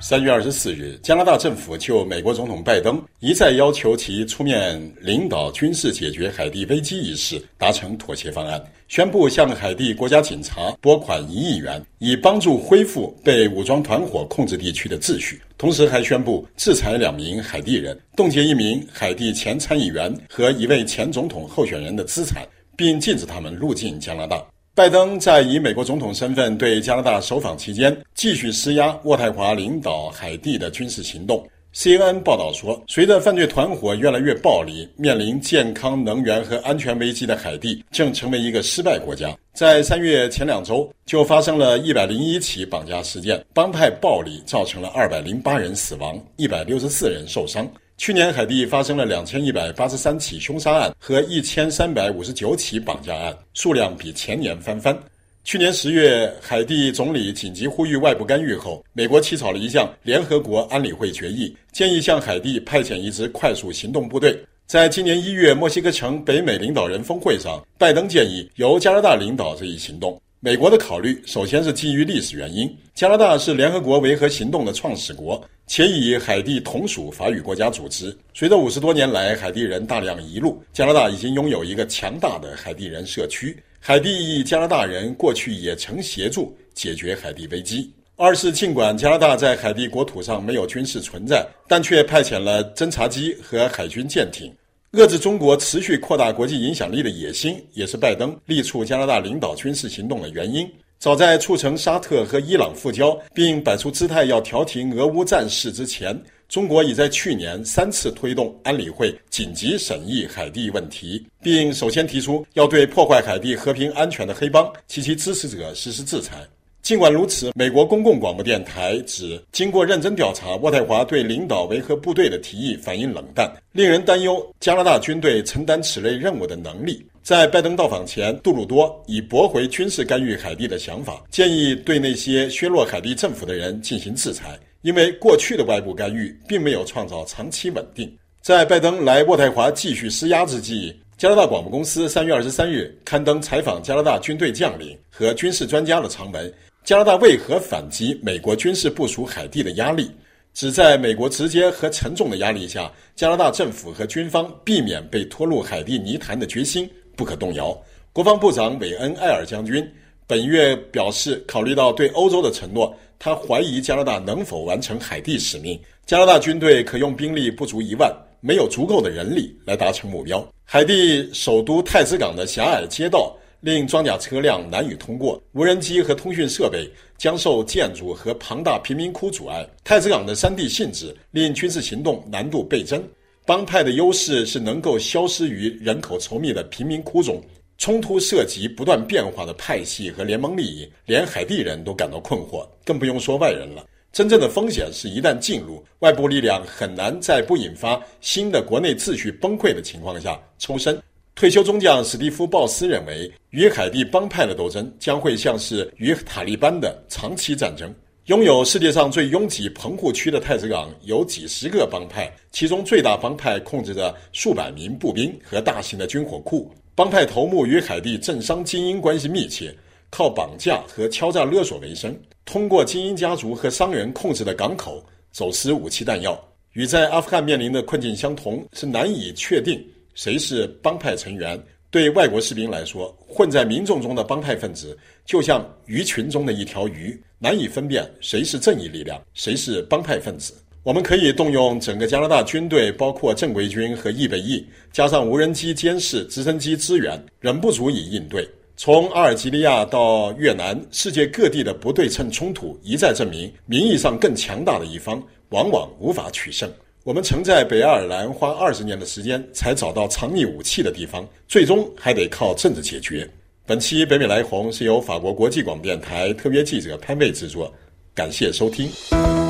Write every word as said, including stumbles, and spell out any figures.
三月二十四日，加拿大政府就美国总统拜登一再要求其出面领导军事解决海地危机一事达成妥协方案，宣布向海地国家警察拨款一亿元，以帮助恢复被武装团伙控制地区的秩序。同时还宣布制裁两名海地人，冻结一名海地前参议员和一位前总统候选人的资产，并禁止他们入境加拿大。拜登在以美国总统身份对加拿大首访期间，继续施压渥太华领导海地的军事行动。C N N 报道说，随着犯罪团伙越来越暴力，面临健康、能源和安全危机的海地正成为一个失败国家。在三月前两周，就发生了一百零一起绑架事件，帮派暴力造成了二百零八人死亡，一百六十四人受伤。去年海地发生了两千一百八十三起凶杀案和一千三百五十九起绑架案，数量比前年翻番。去年十月，海地总理紧急呼吁外部干预后，美国起草了一项联合国安理会决议，建议向海地派遣一支快速行动部队。在今年一月墨西哥城北美领导人峰会上，拜登建议由加拿大领导这一行动。美国的考虑首先是基于历史原因，加拿大是联合国维和行动的创始国，且与海地同属法语国家组织。随着五十多年来海地人大量移入，加拿大已经拥有一个强大的海地人社区。海地加拿大人过去也曾协助解决海地危机。二是尽管加拿大在海地国土上没有军事存在，但却派遣了侦察机和海军舰艇。遏制中国持续扩大国际影响力的野心，也是拜登力促加拿大领导军事行动的原因。早在促成沙特和伊朗复交，并摆出姿态要调停俄乌战事之前，中国已在去年三次推动安理会紧急审议海地问题，并首先提出要对破坏海地和平安全的黑帮及其支持者实施制裁。尽管如此，美国公共广播电台指，经过认真调查，渥太华对领导维和部队的提议反应冷淡，令人担忧加拿大军队承担此类任务的能力。在拜登到访前，杜鲁多以驳回军事干预海地的想法，建议对那些削弱海地政府的人进行制裁，因为过去的外部干预并没有创造长期稳定。在拜登来渥太华继续施压之际，加拿大广播公司三月二十三日刊登采访加拿大军队将领和军事专家的长文，加拿大为何反击美国军事部署海地的压力，指在美国直接和沉重的压力下，加拿大政府和军方避免被拖入海地泥潭的决心不可动摇。国防部长韦恩·埃尔将军本月表示，考虑到对欧洲的承诺，他怀疑加拿大能否完成海地使命。加拿大军队可用兵力不足一万，没有足够的人力来达成目标。海地首都太子港的狭隘街道令装甲车辆难以通过，无人机和通讯设备将受建筑和庞大贫民窟阻碍。太子港的山地性质令军事行动难度倍增。帮派的优势是能够消失于人口稠密的贫民窟中。冲突涉及不断变化的派系和联盟利益，连海地人都感到困惑，更不用说外人了。真正的风险是一旦进入，外部力量很难在不引发新的国内秩序崩溃的情况下抽身。退休中将史蒂夫·鲍斯认为，与海地帮派的斗争将会像是与塔利班的长期战争。拥有世界上最拥挤棚户区的太子港有几十个帮派，其中最大帮派控制着数百名步兵和大型的军火库。帮派头目与海地政商精英关系密切，靠绑架和敲诈勒索为生，通过精英家族和商人控制的港口走私武器弹药。与在阿富汗面临的困境相同，是难以确定谁是帮派成员。对外国士兵来说，混在民众中的帮派分子就像鱼群中的一条鱼，难以分辨谁是正义力量，谁是帮派分子。我们可以动用整个加拿大军队，包括正规军和预备役，加上无人机监视、直升机支援，仍不足以应对。从阿尔及利亚到越南，世界各地的不对称冲突一再证明，名义上更强大的一方往往无法取胜。我们曾在北爱尔兰花二十年的时间才找到藏匿武器的地方，最终还得靠政治解决。本期北美来红是由法国国际广播电台特约记者潘卫制作，感谢收听。